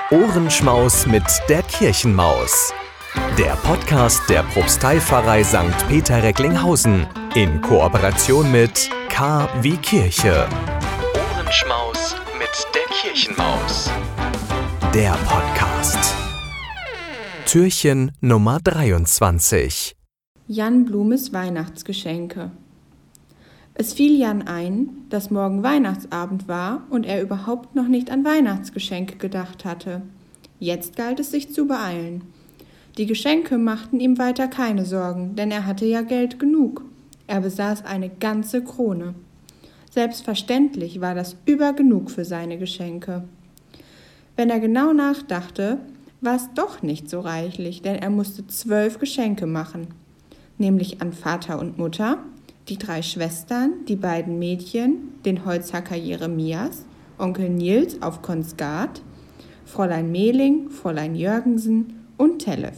Ohrenschmaus mit der Kirchenmaus. Der Podcast der Propsteipfarrei St. Peter Recklinghausen in Kooperation mit K wie Kirche. Ohrenschmaus mit der Kirchenmaus. Der Podcast. Türchen Nummer 23. Jan Blumes Weihnachtsgeschenke. Es fiel Jan ein, dass morgen Weihnachtsabend war und er überhaupt noch nicht an Weihnachtsgeschenke gedacht hatte. Jetzt galt es sich zu beeilen. Die Geschenke machten ihm weiter keine Sorgen, denn er hatte ja Geld genug. Er besaß eine ganze Krone. Selbstverständlich war das übergenug für seine Geschenke. Wenn er genau nachdachte, war es doch nicht so reichlich, denn er musste 12 Geschenke machen, nämlich an Vater und Mutter, die 3 Schwestern, die beiden Mädchen, den Holzhacker Jeremias, Onkel Nils auf Konsgat, Fräulein Mehling, Fräulein Jörgensen und Tellef.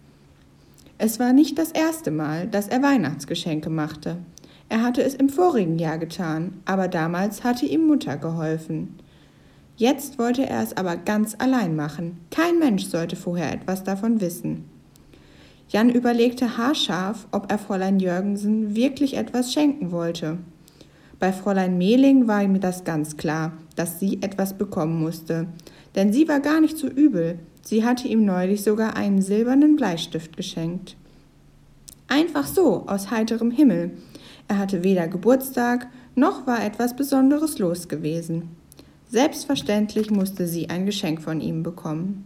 Es war nicht das erste Mal, dass er Weihnachtsgeschenke machte. Er hatte es im vorigen Jahr getan, aber damals hatte ihm Mutter geholfen. Jetzt wollte er es aber ganz allein machen. Kein Mensch sollte vorher etwas davon wissen. Jan überlegte haarscharf, ob er Fräulein Jörgensen wirklich etwas schenken wollte. Bei Fräulein Mehling war ihm das ganz klar, dass sie etwas bekommen musste. Denn sie war gar nicht so übel. Sie hatte ihm neulich sogar einen silbernen Bleistift geschenkt. Einfach so, aus heiterem Himmel. Er hatte weder Geburtstag, noch war etwas Besonderes los gewesen. Selbstverständlich musste sie ein Geschenk von ihm bekommen.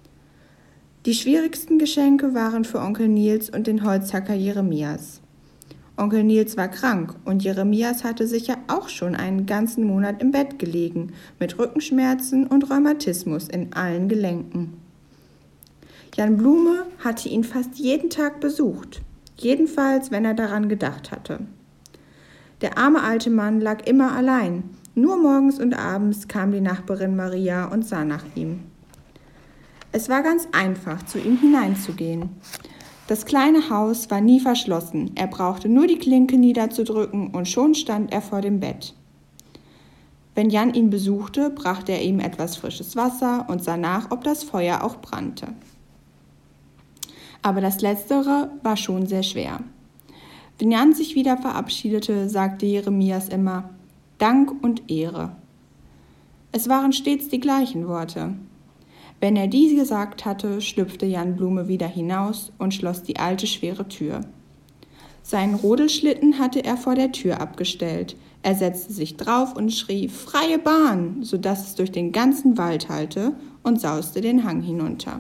Die schwierigsten Geschenke waren für Onkel Nils und den Holzhacker Jeremias. Onkel Nils war krank und Jeremias hatte sicher auch schon einen ganzen Monat im Bett gelegen, mit Rückenschmerzen und Rheumatismus in allen Gelenken. Jan Blume hatte ihn fast jeden Tag besucht, jedenfalls wenn er daran gedacht hatte. Der arme alte Mann lag immer allein, nur morgens und abends kam die Nachbarin Maria und sah nach ihm. Es war ganz einfach, zu ihm hineinzugehen. Das kleine Haus war nie verschlossen, er brauchte nur die Klinke niederzudrücken und schon stand er vor dem Bett. Wenn Jan ihn besuchte, brachte er ihm etwas frisches Wasser und sah nach, ob das Feuer auch brannte. Aber das Letztere war schon sehr schwer. Wenn Jan sich wieder verabschiedete, sagte Jeremias immer: Dank und Ehre. Es waren stets die gleichen Worte. Wenn er die gesagt hatte, schlüpfte Jan Blume wieder hinaus und schloss die alte schwere Tür. Seinen Rodelschlitten hatte er vor der Tür abgestellt. Er setzte sich drauf und schrie: Freie Bahn, sodass es durch den ganzen Wald hallte und sauste den Hang hinunter.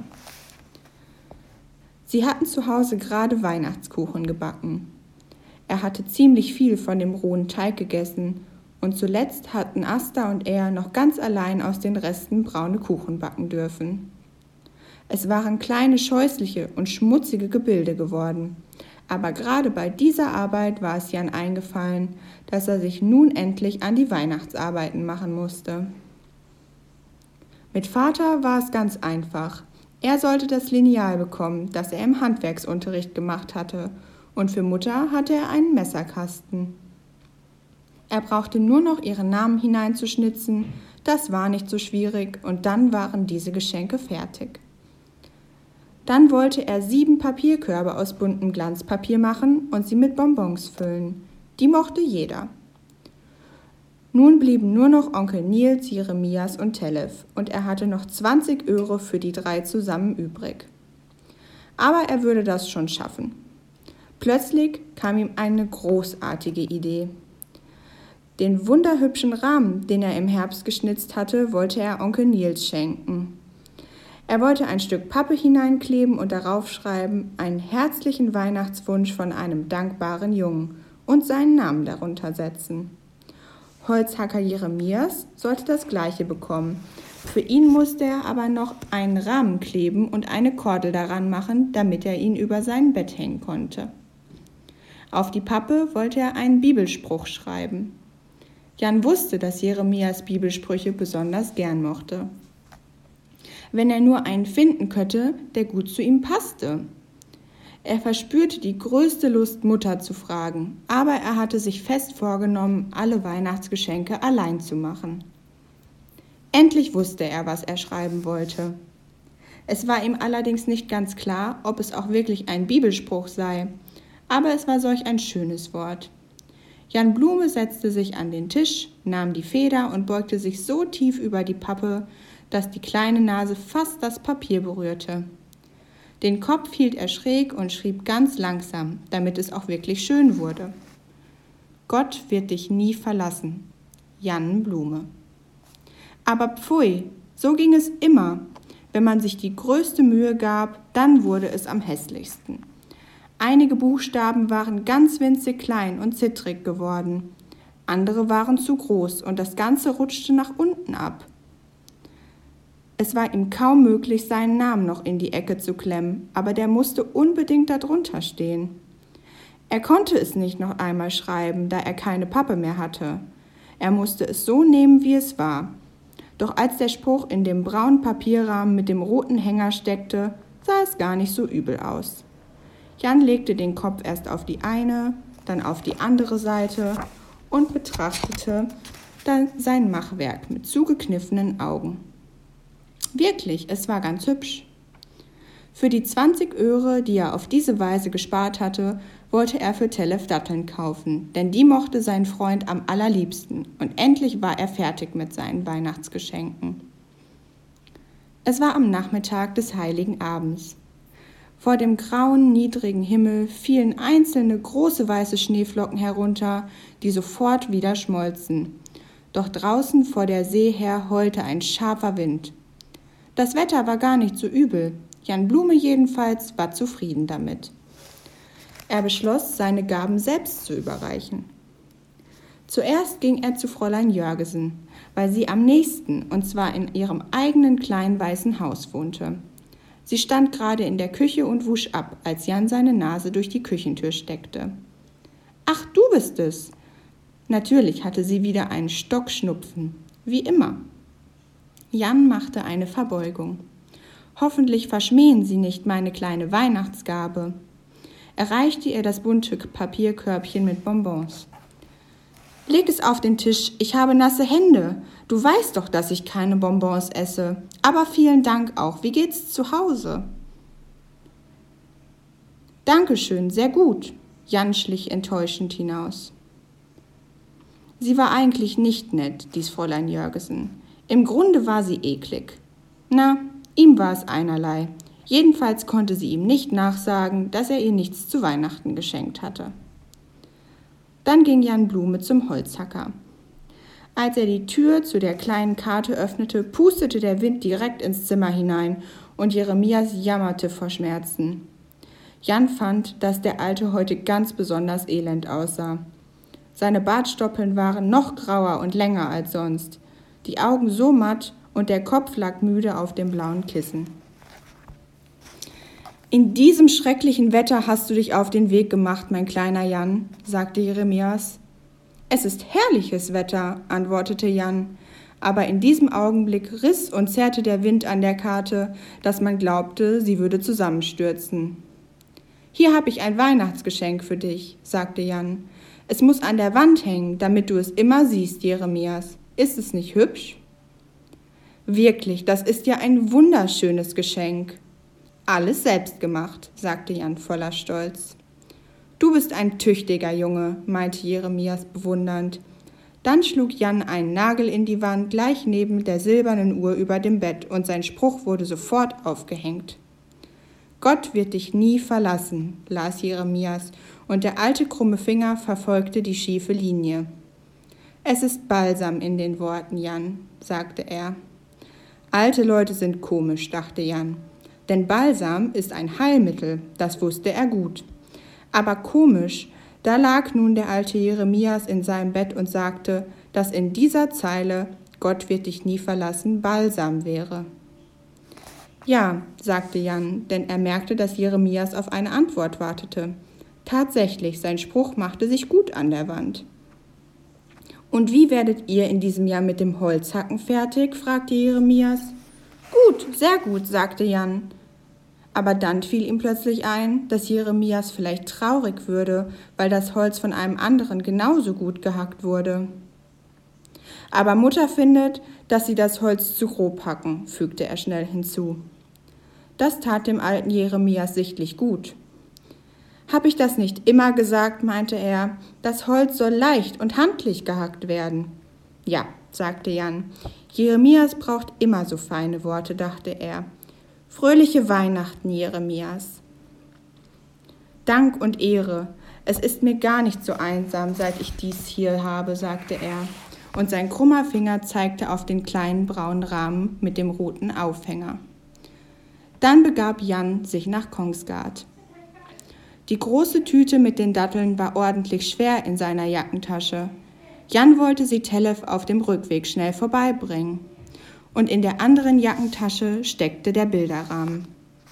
Sie hatten zu Hause gerade Weihnachtskuchen gebacken. Er hatte ziemlich viel von dem rohen Teig gegessen und zuletzt hatten Asta und er noch ganz allein aus den Resten braune Kuchen backen dürfen. Es waren kleine, scheußliche und schmutzige Gebilde geworden, aber gerade bei dieser Arbeit war es Jan eingefallen, dass er sich nun endlich an die Weihnachtsarbeiten machen musste. Mit Vater war es ganz einfach. Er sollte das Lineal bekommen, das er im Handwerksunterricht gemacht hatte, und für Mutter hatte er einen Messerkasten. Er brauchte nur noch ihren Namen hineinzuschnitzen, das war nicht so schwierig, und dann waren diese Geschenke fertig. Dann wollte er 7 Papierkörbe aus buntem Glanzpapier machen und sie mit Bonbons füllen. Die mochte jeder. Nun blieben nur noch Onkel Nils, Jeremias und Tellef, und er hatte noch 20 Euro für die 3 zusammen übrig. Aber er würde das schon schaffen. Plötzlich kam ihm eine großartige Idee. Den wunderhübschen Rahmen, den er im Herbst geschnitzt hatte, wollte er Onkel Nils schenken. Er wollte ein Stück Pappe hineinkleben und darauf schreiben: einen herzlichen Weihnachtswunsch von einem dankbaren Jungen und seinen Namen darunter setzen. Holzhacker Jeremias sollte das Gleiche bekommen. Für ihn musste er aber noch einen Rahmen kleben und eine Kordel daran machen, damit er ihn über sein Bett hängen konnte. Auf die Pappe wollte er einen Bibelspruch schreiben. Jan wusste, dass Jeremias Bibelsprüche besonders gern mochte. Wenn er nur einen finden könnte, der gut zu ihm passte. Er verspürte die größte Lust, Mutter zu fragen, aber er hatte sich fest vorgenommen, alle Weihnachtsgeschenke allein zu machen. Endlich wusste er, was er schreiben wollte. Es war ihm allerdings nicht ganz klar, ob es auch wirklich ein Bibelspruch sei, aber es war solch ein schönes Wort. Jan Blume setzte sich an den Tisch, nahm die Feder und beugte sich so tief über die Pappe, dass die kleine Nase fast das Papier berührte. Den Kopf hielt er schräg und schrieb ganz langsam, damit es auch wirklich schön wurde. Gott wird dich nie verlassen. Jan Blume. Aber pfui, so ging es immer. Wenn man sich die größte Mühe gab, dann wurde es am hässlichsten. Einige Buchstaben waren ganz winzig klein und zittrig geworden. Andere waren zu groß und das Ganze rutschte nach unten ab. Es war ihm kaum möglich, seinen Namen noch in die Ecke zu klemmen, aber der musste unbedingt darunter stehen. Er konnte es nicht noch einmal schreiben, da er keine Pappe mehr hatte. Er musste es so nehmen, wie es war. Doch als der Spruch in dem braunen Papierrahmen mit dem roten Hänger steckte, sah es gar nicht so übel aus. Jan legte den Kopf erst auf die eine, dann auf die andere Seite und betrachtete dann sein Machwerk mit zugekniffenen Augen. Wirklich, es war ganz hübsch. Für die 20 Öre, die er auf diese Weise gespart hatte, wollte er für Tellef Datteln kaufen, denn die mochte sein Freund am allerliebsten und endlich war er fertig mit seinen Weihnachtsgeschenken. Es war am Nachmittag des Heiligen Abends. Vor dem grauen, niedrigen Himmel fielen einzelne große weiße Schneeflocken herunter, die sofort wieder schmolzen. Doch draußen vor der See her heulte ein scharfer Wind. Das Wetter war gar nicht so übel. Jan Blume jedenfalls war zufrieden damit. Er beschloss, seine Gaben selbst zu überreichen. Zuerst ging er zu Fräulein Jörgesen, weil sie am nächsten, und zwar in ihrem eigenen kleinen weißen Haus wohnte. Sie stand gerade in der Küche und wusch ab, als Jan seine Nase durch die Küchentür steckte. »Ach, du bist es!« Natürlich hatte sie wieder einen Stockschnupfen, wie immer. Jan machte eine Verbeugung. »Hoffentlich verschmähen Sie nicht meine kleine Weihnachtsgabe.« Er reichte ihr das bunte Papierkörbchen mit Bonbons. »Leg es auf den Tisch, ich habe nasse Hände. Du weißt doch, dass ich keine Bonbons esse. Aber vielen Dank auch. Wie geht's zu Hause?« »Dankeschön, sehr gut.« Jan schlich enttäuschend hinaus. Sie war eigentlich nicht nett, dies Fräulein Jörgesen. Im Grunde war sie eklig. Na, ihm war es einerlei. Jedenfalls konnte sie ihm nicht nachsagen, dass er ihr nichts zu Weihnachten geschenkt hatte. Dann ging Jan Blume zum Holzhacker. Als er die Tür zu der kleinen Karte öffnete, pustete der Wind direkt ins Zimmer hinein und Jeremias jammerte vor Schmerzen. Jan fand, dass der Alte heute ganz besonders elend aussah. Seine Bartstoppeln waren noch grauer und länger als sonst, die Augen so matt und der Kopf lag müde auf dem blauen Kissen. »In diesem schrecklichen Wetter hast du dich auf den Weg gemacht, mein kleiner Jan«, sagte Jeremias. »Es ist herrliches Wetter«, antwortete Jan, aber in diesem Augenblick riss und zerrte der Wind an der Karte, dass man glaubte, sie würde zusammenstürzen. »Hier habe ich ein Weihnachtsgeschenk für dich«, sagte Jan. »Es muss an der Wand hängen, damit du es immer siehst, Jeremias. Ist es nicht hübsch?« »Wirklich, das ist ja ein wunderschönes Geschenk.« »Alles selbst gemacht«, sagte Jan voller Stolz. »Du bist ein tüchtiger Junge«, meinte Jeremias bewundernd. Dann schlug Jan einen Nagel in die Wand, gleich neben der silbernen Uhr über dem Bett, und sein Spruch wurde sofort aufgehängt. »Gott wird dich nie verlassen«, las Jeremias, und der alte krumme Finger verfolgte die schiefe Linie. »Es ist Balsam in den Worten, Jan«, sagte er. »Alte Leute sind komisch«, dachte Jan. Denn Balsam ist ein Heilmittel, das wusste er gut. Aber komisch, da lag nun der alte Jeremias in seinem Bett und sagte, dass in dieser Zeile »Gott wird dich nie verlassen« Balsam wäre. »Ja«, sagte Jan, denn er merkte, dass Jeremias auf eine Antwort wartete. Tatsächlich, sein Spruch machte sich gut an der Wand. »Und wie werdet ihr in diesem Jahr mit dem Holzhacken fertig?« fragte Jeremias. »Gut, sehr gut«, sagte Jan. Aber dann fiel ihm plötzlich ein, dass Jeremias vielleicht traurig würde, weil das Holz von einem anderen genauso gut gehackt wurde. »Aber Mutter findet, dass sie das Holz zu grob hacken«, fügte er schnell hinzu. Das tat dem alten Jeremias sichtlich gut. »Hab ich das nicht immer gesagt«, meinte er, »das Holz soll leicht und handlich gehackt werden?« »Ja«, sagte Jan, »Jeremias braucht immer so feine Worte«, dachte er. »Fröhliche Weihnachten, Jeremias.« »Dank und Ehre, es ist mir gar nicht so einsam, seit ich dies hier habe«, sagte er, und sein krummer Finger zeigte auf den kleinen braunen Rahmen mit dem roten Aufhänger. Dann begab Jan sich nach Kongsgard. Die große Tüte mit den Datteln war ordentlich schwer in seiner Jackentasche. Jan wollte sie Tellef auf dem Rückweg schnell vorbeibringen. Und in der anderen Jackentasche steckte der Bilderrahmen.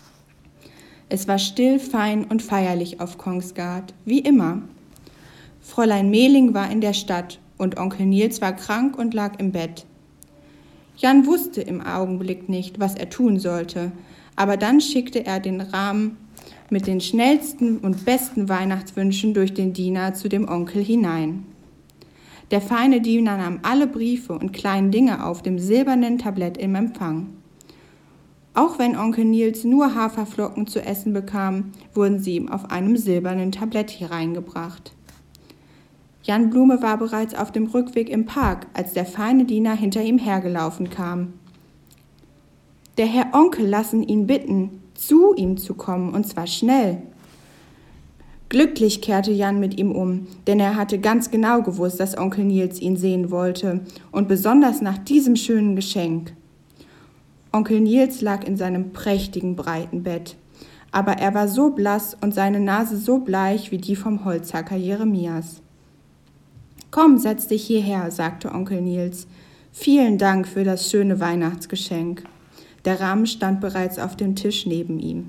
Es war still, fein und feierlich auf Kongsgard, wie immer. Fräulein Mehling war in der Stadt und Onkel Nils war krank und lag im Bett. Jan wusste im Augenblick nicht, was er tun sollte, aber dann schickte er den Rahmen mit den schnellsten und besten Weihnachtswünschen durch den Diener zu dem Onkel hinein. Der feine Diener nahm alle Briefe und kleinen Dinge auf dem silbernen Tablett im Empfang. Auch wenn Onkel Nils nur Haferflocken zu essen bekam, wurden sie ihm auf einem silbernen Tablett hereingebracht. Jan Blume war bereits auf dem Rückweg im Park, als der feine Diener hinter ihm hergelaufen kam. »Der Herr Onkel lassen ihn bitten, zu ihm zu kommen, und zwar schnell.« Glücklich kehrte Jan mit ihm um, denn er hatte ganz genau gewusst, dass Onkel Nils ihn sehen wollte, und besonders nach diesem schönen Geschenk. Onkel Nils lag in seinem prächtigen, breiten Bett, aber er war so blass und seine Nase so bleich wie die vom Holzhacker Jeremias. »Komm, setz dich hierher«, sagte Onkel Nils. »Vielen Dank für das schöne Weihnachtsgeschenk.« Der Rahmen stand bereits auf dem Tisch neben ihm.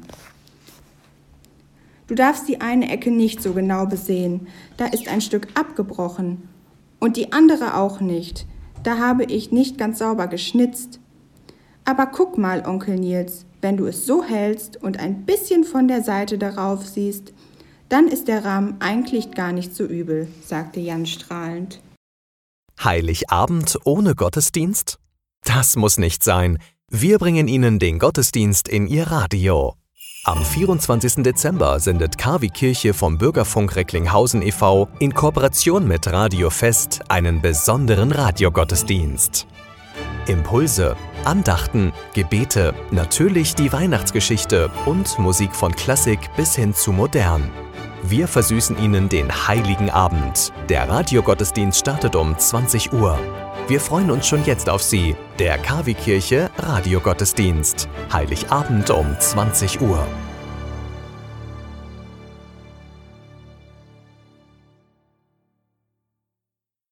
»Du darfst die eine Ecke nicht so genau besehen. Da ist ein Stück abgebrochen. Und die andere auch nicht. Da habe ich nicht ganz sauber geschnitzt. Aber guck mal, Onkel Nils, wenn du es so hältst und ein bisschen von der Seite darauf siehst, dann ist der Rahmen eigentlich gar nicht so übel«, sagte Jan strahlend. Heiligabend ohne Gottesdienst? Das muss nicht sein. Wir bringen Ihnen den Gottesdienst in Ihr Radio. Am 24. Dezember sendet KW Kirche vom Bürgerfunk Recklinghausen e.V. in Kooperation mit Radio Fest einen besonderen Radiogottesdienst. Impulse, Andachten, Gebete, natürlich die Weihnachtsgeschichte und Musik von Klassik bis hin zu modern. Wir versüßen Ihnen den Heiligen Abend. Der Radiogottesdienst startet um 20 Uhr. Wir freuen uns schon jetzt auf Sie, der KW Kirche Radiogottesdienst. Heiligabend um 20 Uhr.